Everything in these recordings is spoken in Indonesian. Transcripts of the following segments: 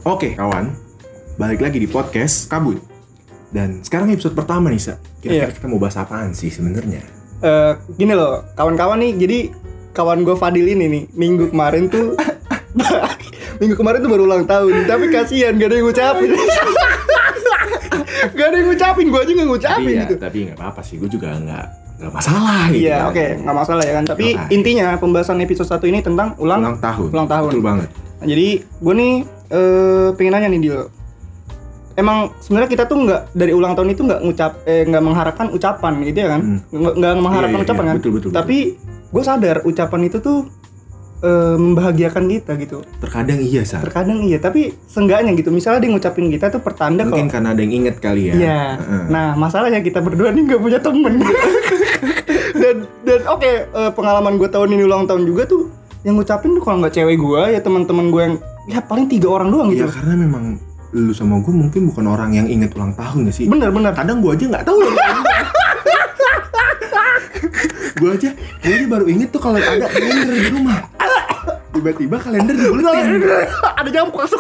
Oke kawan, balik lagi di podcast Kabut. Dan sekarang episode pertama nih Sa. Kira-kira kita mau bahas apaan sih sebenarnya? Gini loh, kawan-kawan nih. Jadi kawan gue Fadil ini nih, minggu kemarin tuh baru ulang tahun. Tapi kasihan gak ada yang ngucapin. Gak ada yang ngucapin, gue aja gak ngucapin tapi, gitu. Tapi gak apa-apa sih, gue juga gak masalah gitu. Iya, oke, gak masalah ya kan. Tapi intinya pembahasan episode 1 ini tentang ulang tahun. Betul banget. Nah, jadi gue nih pengen nanya nih Dil. Emang sebenarnya kita tuh nggak dari ulang tahun itu nggak mengharapkan ucapan gitu ya kan? Nggak mengharapkan ucapan kan? Betul. Tapi gue sadar ucapan itu tuh membahagiakan kita gitu. Terkadang iya Sa. Terkadang iya, tapi seenggaknya gitu. Misalnya dia ngucapin kita tuh pertanda mungkin karena ada yang inget kali ya. Iya. Nah masalahnya kita berdua nih nggak punya temen. dan oke, pengalaman gue tahun ini ulang tahun juga tuh yang ngucapin tuh kalau nggak cewek gue ya teman-teman gue yang ya paling 3 orang doang gitu. Ya karena memang lu sama gue mungkin bukan orang yang inget ulang tahun gak sih? Bener. Kadang gue aja nggak tahu ulang tahun. Gue aja baru inget tuh kalau ada kalender di rumah. Tiba-tiba kalender dibuletin. Ada nyamuk masuk.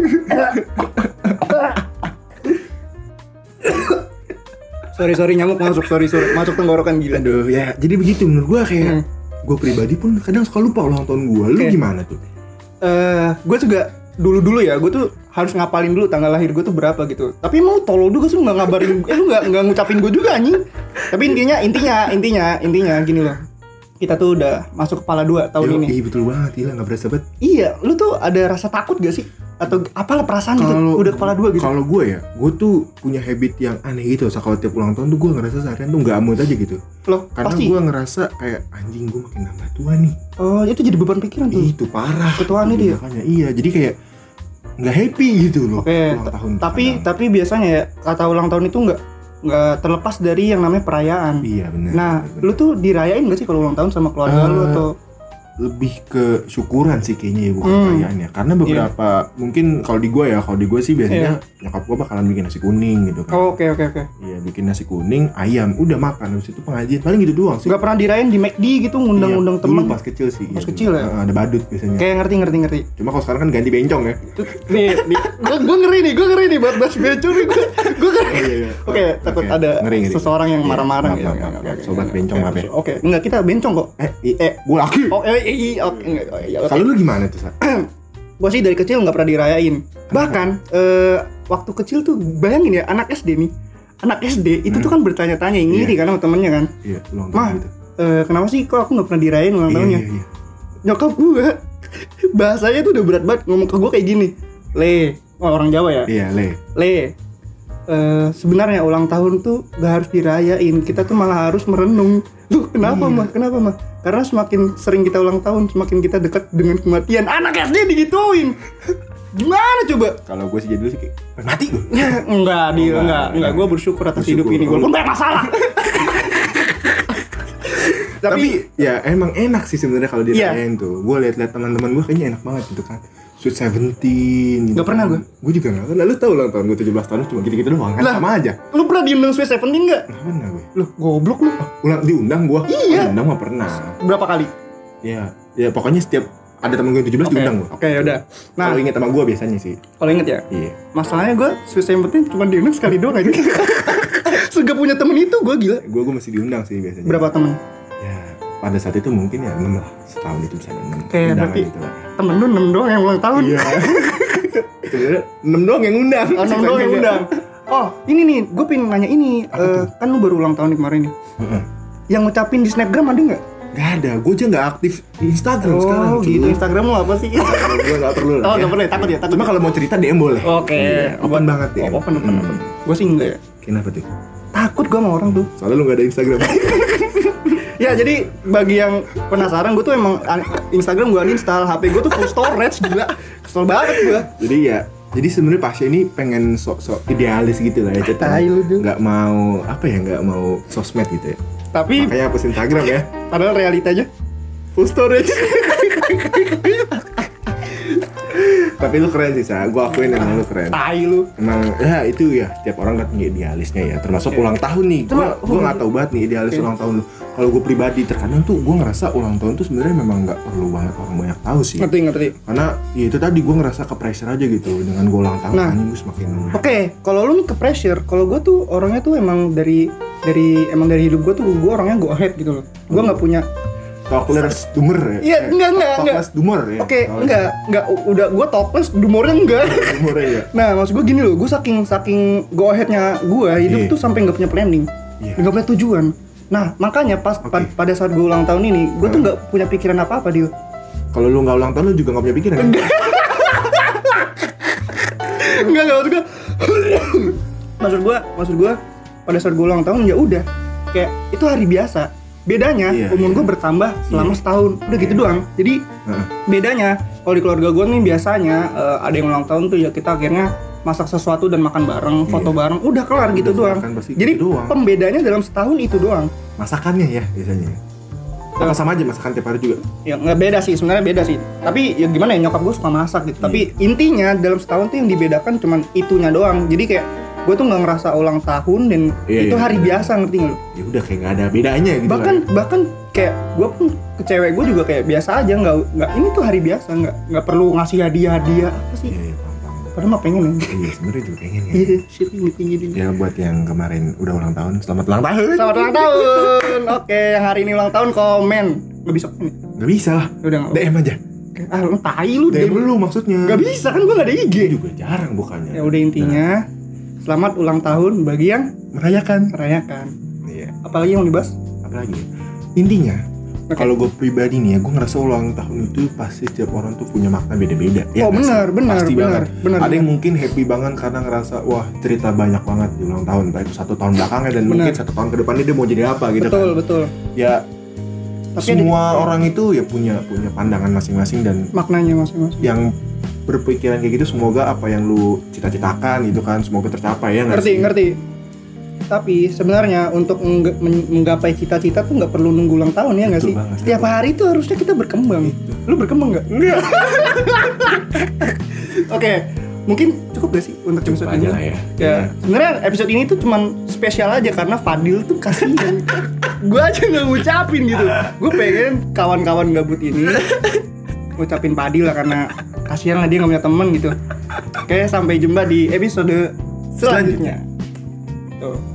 sorry nyamuk masuk. Sorry masuk tenggorokan gila. Aduh ya, jadi begitu menurut gue kayak gue pribadi pun kadang suka lupa ulang tahun gue. Lu gimana tuh? Gue juga dulu ya, gue tuh harus ngapalin dulu tanggal lahir gue tuh berapa gitu. Tapi mau tolol juga sih, lu nggak ngabarin, lu nggak ngucapin gue juga anjing. Tapi intinya gini loh. Kita tuh udah masuk kepala 2 tahun ini. Iya betul banget, gila nggak berasa banget. Iya, lu tuh ada rasa takut gak sih? Atau apalah perasaan gitu, udah kepala 2 gitu. Kalau gue ya, gue tuh punya habit yang aneh gitu. Kalau tiap ulang tahun tuh gue ngerasa seharian tuh nggak mood aja gitu. Loh, karena pasti. Gue ngerasa kayak anjing gue makin nambah tua nih. Oh, itu jadi beban pikiran tuh. Itu parah. Ketuaan itu ya. Makanya iya, jadi kayak nggak happy gitu loh. Ulang tahun. Tapi biasanya ya kata ulang tahun itu nggak terlepas dari yang namanya perayaan. Iya benar. Nah, lu tuh dirayain nggak sih kalau ulang tahun sama keluarga lu atau? Lebih ke syukuran sih kayaknya ya, bukan perayaannya. Karena beberapa mungkin kalau di gue sih biasanya nyokap gue bakalan bikin nasi kuning gitu kan. Oh, oke. Iya, bikin nasi kuning, ayam, udah makan. Habis itu pengajian, paling gitu doang sih. Nggak pernah dirayain di McD gitu, ngundang teman. Dulu pas kecil sih. Pas gitu. kecil ya. Ada badut biasanya. Kayak ngerti. Cuma kalau sekarang kan ganti bencong ya. Nih, gue ngeri nih buat bahas bencong nih. Gue ngeri. Iya. Oke, takut ada ngeri. seseorang yang marah-marah gitu. Sobat bencong maaf ya. Oke, enggak, kita bencong kok. Gue laki. Oh, oke. Kalau lu gimana tuh, Sa? Gue sih dari kecil nggak pernah dirayain. Bahkan waktu kecil tuh bayangin ya, anak SD itu tuh kan bertanya-tanya, ngiri kan sama temennya kan. Iya, ulang tahun gitu. Kenapa sih kok aku nggak pernah dirayain ulang tahunnya? Iya. Nyokap gue bahasanya tuh udah berat banget, ngomong ke gue kayak gini. Orang Jawa ya? Iya, sebenarnya ulang tahun tuh gak harus dirayain, kita tuh malah harus merenung. Loh, kenapa mah? Karena semakin sering kita ulang tahun, semakin kita dekat dengan kematian. Anak SD digituin. Gimana coba? Kalau gue sih jadi dulu sih kayak mati gue. Enggak. Gue bersyukur atas hidup ini. Gue banyak masalah. Tapi ya emang enak sih sebenarnya kalau dirayain tuh. Gue lihat teman-teman gue kayaknya enak banget gitu kan. Sweet 17 gitu. Gak pernah gue. Gue juga gak pernah. Lu tau ulang tahun gue 17 tahun cuma gitu-gitu doang kan, sama aja. Lu pernah diundang Sweet 17 gak? Gak pernah gue. Loh, goblok lu. Diundang gue? Iya. Diundang mah pernah. Berapa kali? Ya pokoknya setiap ada temen gue 17 diundang gue. Oke, yaudah. Nah, kalau inget sama gue biasanya sih. Kalau inget ya? Iya. Masalahnya gue Sweet 17 cuma diundang sekali doang aja. Segak punya temen itu gue gila. Gue masih diundang sih biasanya. Berapa temen? Ya pada saat itu mungkin ya 6 lah. Setahun itu bisa 6. Oke, berarti gitu temen lu 6 doang yang ulang tahun. Iya. Sebenernya 6 doang yang undang. 6 doang yang undang. Oh, ini nih, gue pengen nanya ini. Kan lu baru ulang tahun nih kemarin nih. Yang ngucapin di Snapgram ada gak? Gak ada, gue aja gak aktif di Instagram sekarang. Oh gitu, Instagram lu apa sih? Gue gak perlu lah. Oh gak perlu ya, takut ya? Cuma kalau mau cerita DM boleh. Oke. Open banget ya. Open. Gue sih enggak ya. Kenapa tuh? Takut gue sama orang tuh. Soalnya lu gak ada Instagram. Ya jadi bagi yang penasaran, gue tuh emang Instagram gue uninstall, HP gue tuh full storage, gila. Kesel banget gue. Jadi sebenarnya Pasha ini pengen sok-sok idealis gitu lah ya, nggak mau nggak mau sosmed gitu ya. Tapi makanya hapus Instagram ya. Padahal realitanya full storage. Tapi lu keren sih, Sa. Gue akuin emang lu keren. Tai lu. Emang ya itu ya, tiap orang kan punya idealisnya ya. Termasuk ulang tahun nih. Gue nggak tahu banget nih idealis ulang tahun lu. kalau gue pribadi terkadang tuh gue ngerasa ulang tahun tuh sebenarnya memang nggak perlu banget orang banyak tahu sih. Ngerti. Karena ya itu tadi gue ngerasa ke pressure aja gitu dengan gue ulang tahun. Nah, gue semakin. Oke, kalau lu nih ke pressure, kalau gue tuh orangnya tuh emang dari hidup gue tuh gue orangnya go ahead gitu loh. Gue nggak punya Talkless dumor ya? Iya, enggak. Talkless dumor ya? Oke, enggak, udah gue talkless, dumornya enggak. Dumornya ya? Nah, maksud gue gini loh, gue saking go ahead-nya gue hidup tuh sampai nggak punya planning, nggak punya tujuan. Nah, makanya pada saat gue ulang tahun ini, gue tuh nggak punya pikiran apa-apa, Dio. Kalau lu nggak ulang tahun, lu juga nggak punya pikiran? Enggak, maksud gue pada saat gue ulang tahun ya udah, kayak itu hari biasa. Bedanya umur gue bertambah selama setahun, udah gitu doang. Jadi bedanya kalau di keluarga gue nih biasanya ada yang ulang tahun tuh ya kita akhirnya masak sesuatu dan makan bareng, foto bareng, udah kelar gitu doang. Jadi gitu doang. Pembedanya dalam setahun itu doang. Masakannya ya biasanya. Apa sama aja masakan tiap hari juga? Ya nggak beda sih, sebenarnya beda sih. Tapi ya gimana ya, nyokap gue suka masak gitu. Tapi intinya dalam setahun tuh yang dibedakan cuman itunya doang. Jadi kayak gue tuh nggak ngerasa ulang tahun dan itu hari biasa, ngerti nggak lu? Ya udah kayak nggak ada bedanya gitu. Bahkan kayak gue pun ke cewek gue juga kayak biasa aja, nggak ini tuh hari biasa, nggak perlu ngasih hadiah apa sih? Iya, padahal mah pengen ya. Iya sebenarnya juga pengen ya. Iya, sih gini. Ya buat yang kemarin udah ulang tahun, selamat ulang tahun. Selamat ulang tahun. Oke, yang hari ini ulang tahun komen. Nggak bisa kan? Nggak bisa lah. Udah DM aja. Lu tai lu. DM lu maksudnya. Nggak bisa kan, gue nggak ada IG. Juga jarang bukannya. Ya udah intinya. Selamat ulang tahun bagi yang merayakan. Iya. Apalagi yang dibahas? Apalagi? Intinya, kalau gue pribadi nih ya, gue ngerasa ulang tahun itu pasti setiap orang tuh punya makna beda-beda. Oh ya, benar. Pasti benar, banget. Benar. Ada yang mungkin happy banget karena ngerasa wah cerita banyak banget di ulang tahun. Entah itu 1 tahun belakangnya dan mungkin 1 tahun ke depannya dia mau jadi apa gitu kan. Betul. Ya. Tapi semua orang itu ya punya pandangan masing-masing dan maknanya masing-masing. Yang berpikiran kayak gitu, semoga apa yang lu cita-citakan gitu kan semoga tercapai ya. Ngerti. Tapi sebenarnya untuk menggapai cita-cita tuh nggak perlu nunggu ulang tahun ya nggak sih? Setiap hari tuh harusnya kita berkembang. Lu berkembang nggak? Enggak. Oke, mungkin cukup gak sih untuk episode ini? Ya. Sebenarnya episode ini tuh cuman spesial aja karena Fadil tuh kasihan. Gue aja nggak ngucapin gitu. Gue pengen kawan-kawan gabut ini ngucapin Fadil lah karena kasihan lah dia nggak punya teman gitu. Oke, sampai jumpa di episode selanjutnya. Tuh.